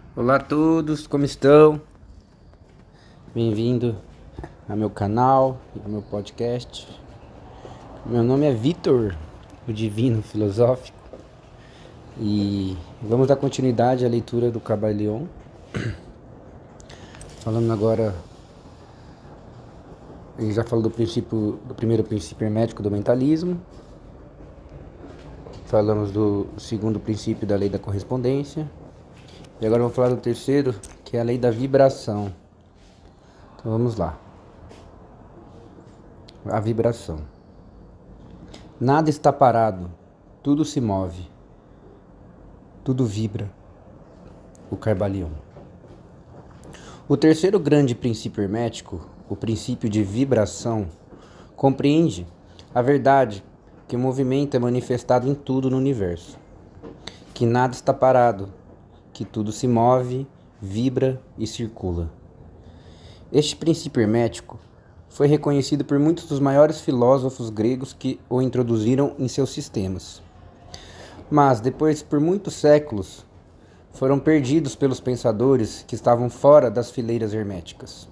Olá a todos, como estão? Bem-vindo ao meu canal e ao meu podcast. Meu nome é Vitor, o Divino Filosófico, e vamos dar continuidade à leitura do Kybalion. Falando agora, ele já falou do primeiro princípio hermético do mentalismo. Falamos do segundo princípio da lei da correspondência. E agora vamos falar do terceiro, que é a lei da vibração. Então vamos lá. A vibração. Nada está parado, tudo se move, tudo vibra. O Kybalion. O terceiro grande princípio hermético, o princípio de vibração, compreende a verdade que o movimento é manifestado em tudo no universo, que nada está parado, que tudo se move, vibra e circula. Este princípio hermético foi reconhecido por muitos dos maiores filósofos gregos que o introduziram em seus sistemas. Mas, depois, por muitos séculos, foram perdidos pelos pensadores que estavam fora das fileiras herméticas.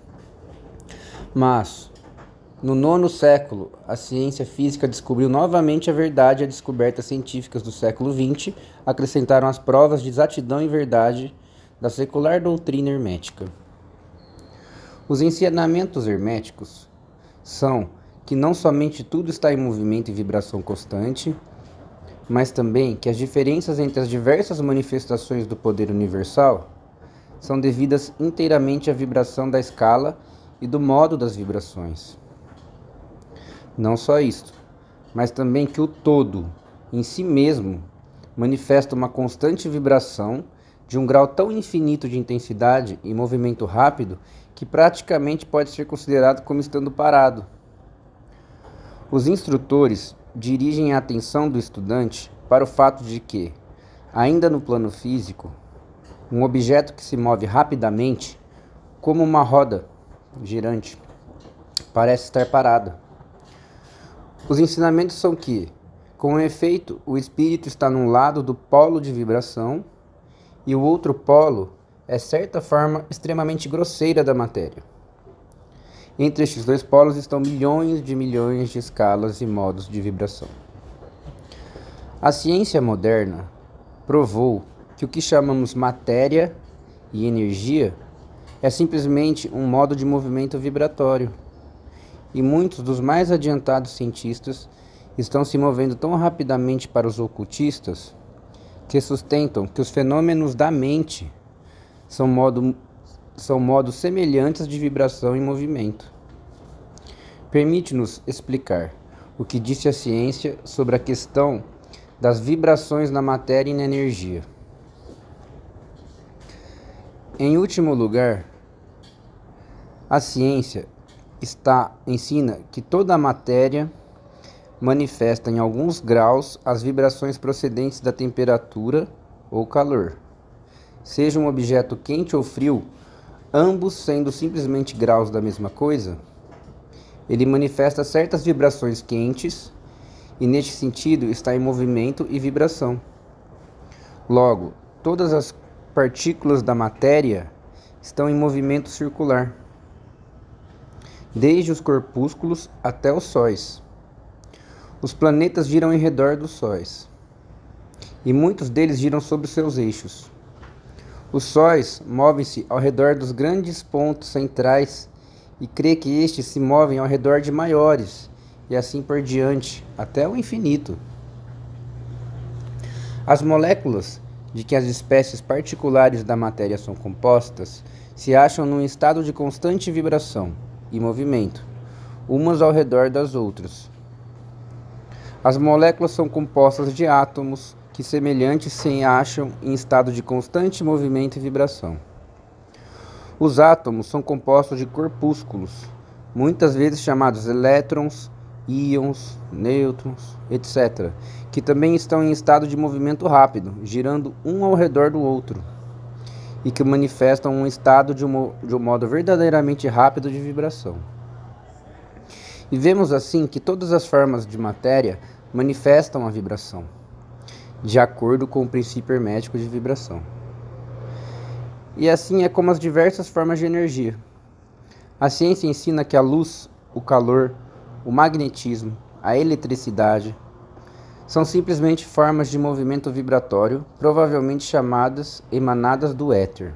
Mas, no 9º século, a ciência física descobriu novamente a verdade e as descobertas científicas do século XX acrescentaram as provas de exatidão e verdade da secular doutrina hermética. Os ensinamentos herméticos são que não somente tudo está em movimento e vibração constante, mas também que as diferenças entre as diversas manifestações do poder universal são devidas inteiramente à vibração da escala e do modo das vibrações. Não só isto, mas também que o todo, em si mesmo, manifesta uma constante vibração de um grau tão infinito de intensidade e movimento rápido que praticamente pode ser considerado como estando parado. Os instrutores dirigem a atenção do estudante para o fato de que, ainda no plano físico, um objeto que se move rapidamente, como uma roda girante, parece estar parado. Os ensinamentos são que, com efeito, o espírito está num lado do polo de vibração e o outro polo é certa forma extremamente grosseira da matéria. Entre estes dois polos estão milhões de escalas e modos de vibração. A ciência moderna provou que o que chamamos matéria e energia é simplesmente um modo de movimento vibratório. E muitos dos mais adiantados cientistas estão se movendo tão rapidamente para os ocultistas que sustentam que os fenômenos da mente são modos semelhantes de vibração e movimento. Permite-nos explicar o que disse a ciência sobre a questão das vibrações na matéria e na energia. Em último lugar, a ciência ensina que toda a matéria manifesta em alguns graus as vibrações procedentes da temperatura ou calor. Seja um objeto quente ou frio, ambos sendo simplesmente graus da mesma coisa, ele manifesta certas vibrações quentes e, neste sentido, está em movimento e vibração. Logo, todas as partículas da matéria estão em movimento circular, desde os corpúsculos até os sóis. Os planetas giram em redor dos sóis, e muitos deles giram sobre seus eixos. Os sóis movem-se ao redor dos grandes pontos centrais e crê que estes se movem ao redor de maiores, e assim por diante, até o infinito. As moléculas de que as espécies particulares da matéria são compostas se acham num estado de constante vibração e movimento, umas ao redor das outras. As moléculas são compostas de átomos que semelhantes se acham em estado de constante movimento e vibração. Os átomos são compostos de corpúsculos, muitas vezes chamados elétrons, íons, nêutrons, etc., que também estão em estado de movimento rápido, girando um ao redor do outro, e que manifestam um estado de um modo verdadeiramente rápido de vibração. E vemos assim que todas as formas de matéria manifestam a vibração, de acordo com o princípio hermético de vibração. E assim é como as diversas formas de energia. A ciência ensina que a luz, o calor, o magnetismo, a eletricidade são simplesmente formas de movimento vibratório, provavelmente chamadas emanadas do éter.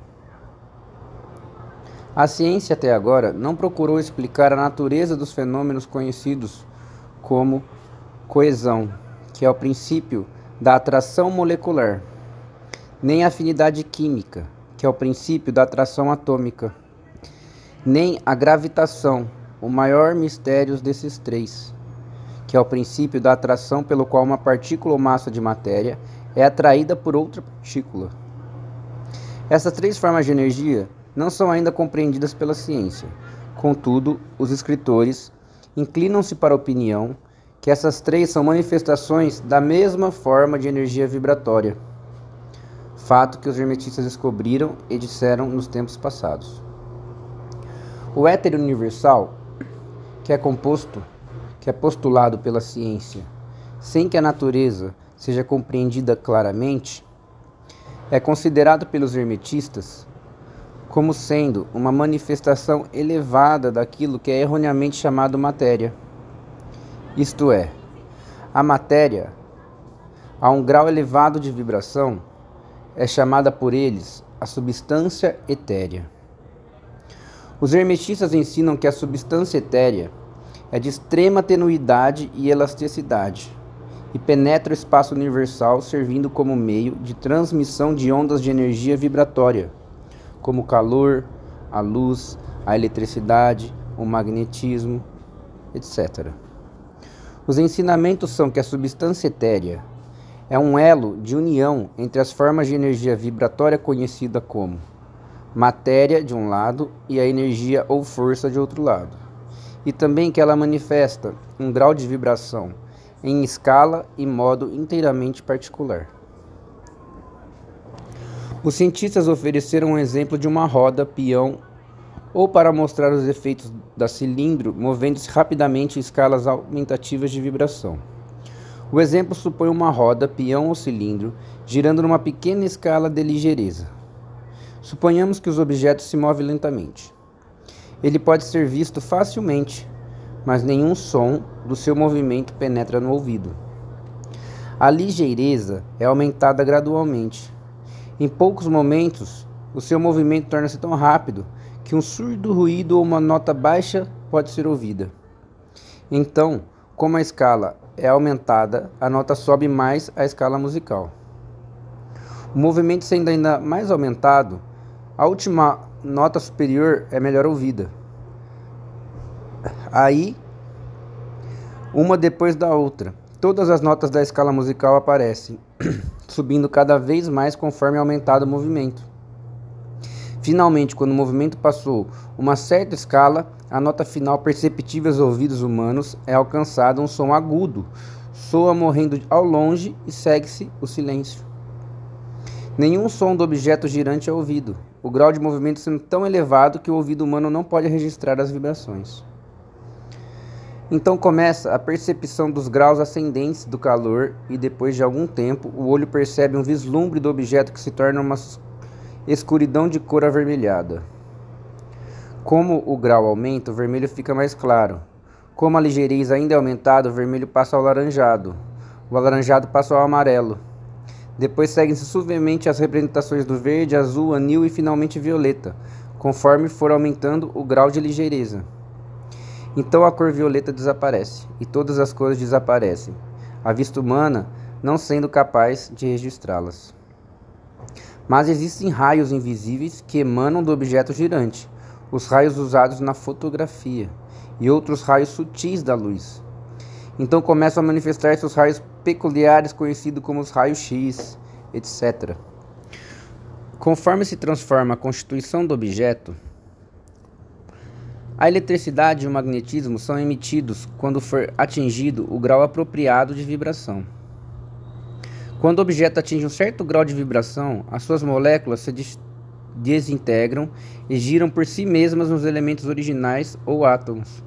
A ciência até agora não procurou explicar a natureza dos fenômenos conhecidos como coesão, que é o princípio da atração molecular, nem a afinidade química, que é o princípio da atração atômica, nem a gravitação, o maior mistério desses três, que é o princípio da atração pelo qual uma partícula ou massa de matéria é atraída por outra partícula. Essas três formas de energia não são ainda compreendidas pela ciência. Contudo, os escritores inclinam-se para a opinião que essas três são manifestações da mesma forma de energia vibratória, fato que os hermetistas descobriram e disseram nos tempos passados. O éter universal, que é postulado pela ciência, sem que a natureza seja compreendida claramente, é considerado pelos hermetistas como sendo uma manifestação elevada daquilo que é erroneamente chamado matéria. Isto é, a matéria, a um grau elevado de vibração, é chamada por eles a substância etérea. Os hermetistas ensinam que a substância etérea é de extrema tenuidade e elasticidade e penetra o espaço universal, servindo como meio de transmissão de ondas de energia vibratória, como o calor, a luz, a eletricidade, o magnetismo, etc. Os ensinamentos são que a substância etérea é um elo de união entre as formas de energia vibratória conhecida como matéria de um lado e a energia ou força de outro lado, e também que ela manifesta um grau de vibração em escala e modo inteiramente particular. Os cientistas ofereceram um exemplo de uma roda, peão, ou para mostrar os efeitos da cilindro movendo-se rapidamente em escalas aumentativas de vibração. O exemplo supõe uma roda, peão ou cilindro girando numa pequena escala de ligeireza. Suponhamos que os objetos se movem lentamente. Ele pode ser visto facilmente, mas nenhum som do seu movimento penetra no ouvido. A ligeireza é aumentada gradualmente. Em poucos momentos, o seu movimento torna-se tão rápido que um surdo ruído ou uma nota baixa pode ser ouvida. Então, como a escala é aumentada, a nota sobe mais a escala musical. O movimento sendo ainda mais aumentado, a última nota superior é melhor ouvida. Aí, uma depois da outra, todas as notas da escala musical aparecem, subindo cada vez mais conforme aumentado o movimento. Finalmente, quando o movimento passou uma certa escala, a nota final perceptível aos ouvidos humanos é alcançada um som agudo, soa morrendo ao longe e segue-se o silêncio. Nenhum som do objeto girante é ouvido, o grau de movimento sendo tão elevado que o ouvido humano não pode registrar as vibrações. Então começa a percepção dos graus ascendentes do calor e depois de algum tempo o olho percebe um vislumbre do objeto que se torna uma escuridão de cor avermelhada. Como o grau aumenta, o vermelho fica mais claro. Como a ligeireza ainda é aumentada, o vermelho passa ao alaranjado. O alaranjado passa ao amarelo. Depois seguem-se suavemente as representações do verde, azul, anil e finalmente violeta, conforme for aumentando o grau de ligeireza. Então a cor violeta desaparece, e todas as cores desaparecem, a vista humana não sendo capaz de registrá-las. Mas existem raios invisíveis que emanam do objeto girante, os raios usados na fotografia, e outros raios sutis da luz. Então começam a manifestar-se os raios peculiares conhecidos como os raios X, etc. Conforme se transforma a constituição do objeto, a eletricidade e o magnetismo são emitidos quando for atingido o grau apropriado de vibração. Quando o objeto atinge um certo grau de vibração, as suas moléculas se desintegram e giram por si mesmas nos elementos originais ou átomos.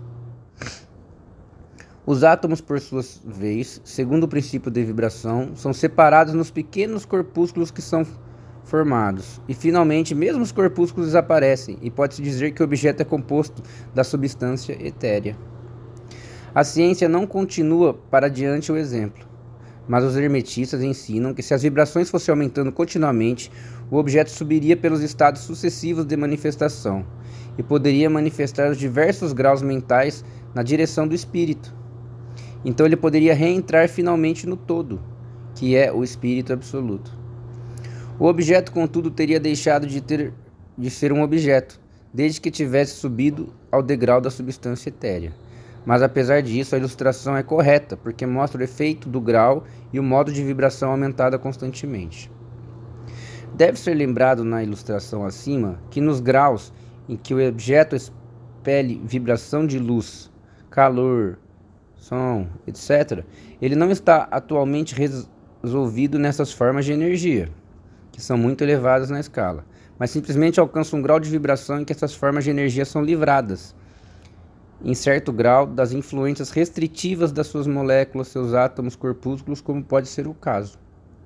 Os átomos, por sua vez, segundo o princípio de vibração, são separados nos pequenos corpúsculos que são formados. E finalmente, mesmo os corpúsculos desaparecem e pode-se dizer que o objeto é composto da substância etérea. A ciência não continua para diante o exemplo, mas os hermetistas ensinam que se as vibrações fossem aumentando continuamente, o objeto subiria pelos estados sucessivos de manifestação e poderia manifestar os diversos graus mentais na direção do espírito. Então ele poderia reentrar finalmente no todo, que é o espírito absoluto. O objeto, contudo, teria deixado de ser um objeto, desde que tivesse subido ao degrau da substância etérea. Mas apesar disso, a ilustração é correta, porque mostra o efeito do grau e o modo de vibração aumentada constantemente. Deve ser lembrado na ilustração acima que nos graus em que o objeto expele vibração de luz, calor, som, etc., ele não está atualmente resolvido nessas formas de energia, que são muito elevadas na escala, mas simplesmente alcança um grau de vibração em que essas formas de energia são livradas, em certo grau, das influências restritivas das suas moléculas, seus átomos, corpúsculos, como pode ser o caso.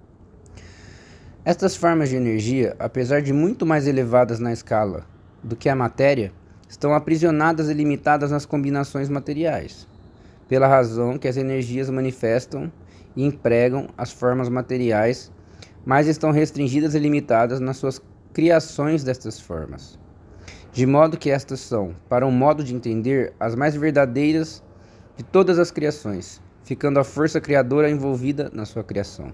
Estas formas de energia, apesar de muito mais elevadas na escala do que a matéria, estão aprisionadas e limitadas nas combinações materiais, pela razão que as energias manifestam e empregam as formas materiais, mas estão restringidas e limitadas nas suas criações destas formas, de modo que estas são, para um modo de entender, as mais verdadeiras de todas as criações, ficando a força criadora envolvida na sua criação.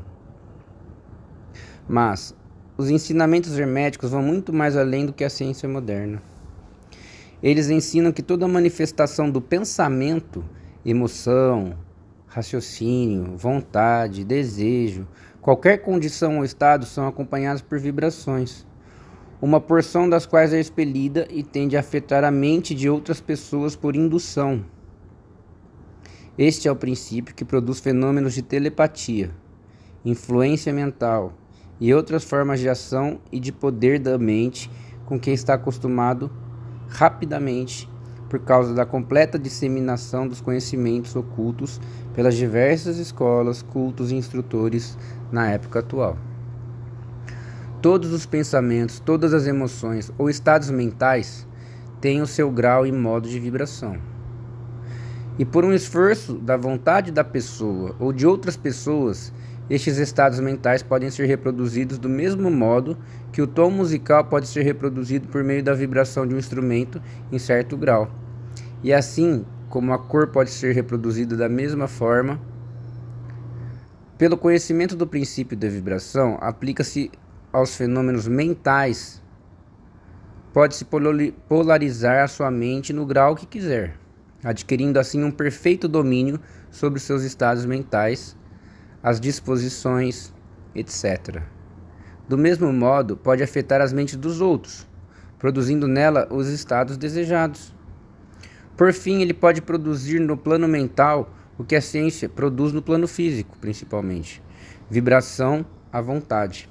Mas os ensinamentos herméticos vão muito mais além do que a ciência moderna. Eles ensinam que toda manifestação do pensamento, emoção, raciocínio, vontade, desejo, qualquer condição ou estado são acompanhados por vibrações, uma porção das quais é expelida e tende a afetar a mente de outras pessoas por indução. Este é o princípio que produz fenômenos de telepatia, influência mental e outras formas de ação e de poder da mente com que está acostumado rapidamente por causa da completa disseminação dos conhecimentos ocultos pelas diversas escolas, cultos e instrutores na época atual. Todos os pensamentos, todas as emoções ou estados mentais têm o seu grau e modo de vibração. E por um esforço da vontade da pessoa ou de outras pessoas, estes estados mentais podem ser reproduzidos do mesmo modo que o tom musical pode ser reproduzido por meio da vibração de um instrumento em certo grau. E assim como a cor pode ser reproduzida da mesma forma, pelo conhecimento do princípio da vibração, aplica-se aos fenômenos mentais, pode-se polarizar a sua mente no grau que quiser, adquirindo assim um perfeito domínio sobre seus estados mentais, as disposições, etc. Do mesmo modo, pode afetar as mentes dos outros, produzindo nela os estados desejados. Por fim, ele pode produzir no plano mental o que a ciência produz no plano físico, principalmente, vibração à vontade.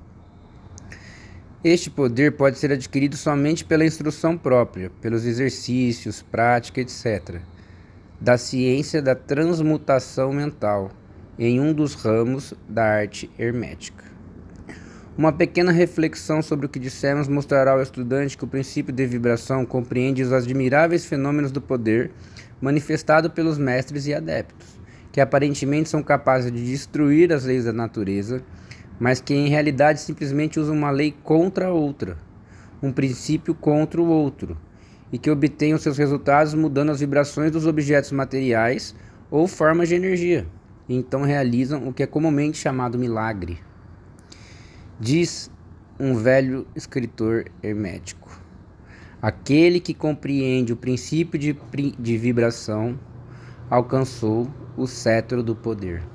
Este poder pode ser adquirido somente pela instrução própria, pelos exercícios, prática, etc., da ciência da transmutação mental, em um dos ramos da arte hermética. Uma pequena reflexão sobre o que dissemos mostrará ao estudante que o princípio de vibração compreende os admiráveis fenômenos do poder manifestado pelos mestres e adeptos, que aparentemente são capazes de destruir as leis da natureza, mas que em realidade simplesmente usam uma lei contra a outra, um princípio contra o outro, e que obtêm os seus resultados mudando as vibrações dos objetos materiais ou formas de energia, e então realizam o que é comumente chamado milagre. Diz um velho escritor hermético: aquele que compreende o princípio de vibração alcançou o cetro do poder.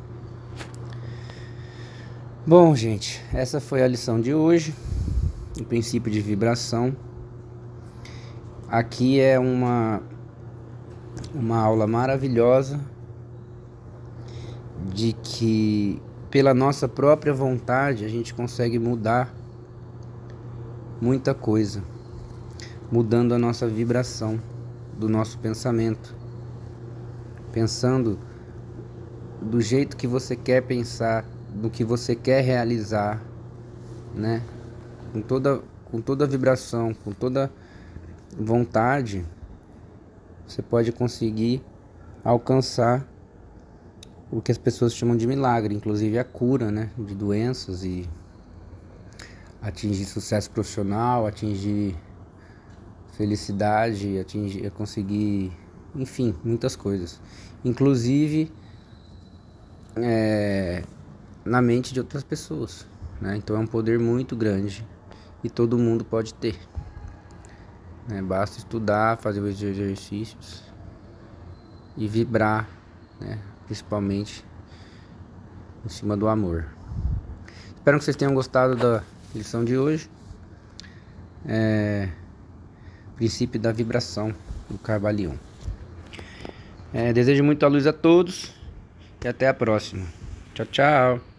Bom, gente, essa foi a lição de hoje, o princípio de vibração. Aqui é uma aula maravilhosa de que pela nossa própria vontade a gente consegue mudar muita coisa, mudando a nossa vibração do nosso pensamento, pensando do jeito que você quer pensar, do que você quer realizar, né? com toda vibração, com toda vontade, você pode conseguir alcançar o que as pessoas chamam de milagre, inclusive a cura, né, de doenças, e atingir sucesso profissional, atingir felicidade, conseguir, enfim, muitas coisas, inclusive na mente de outras pessoas, né? Então é um poder muito grande e todo mundo pode ter, né? Basta estudar, fazer os exercícios e vibrar, né? Principalmente em cima do amor. Espero que vocês tenham gostado da lição de hoje. Princípio da vibração do Kybalion. Desejo muita luz a todos e até a próxima. Tchau, tchau.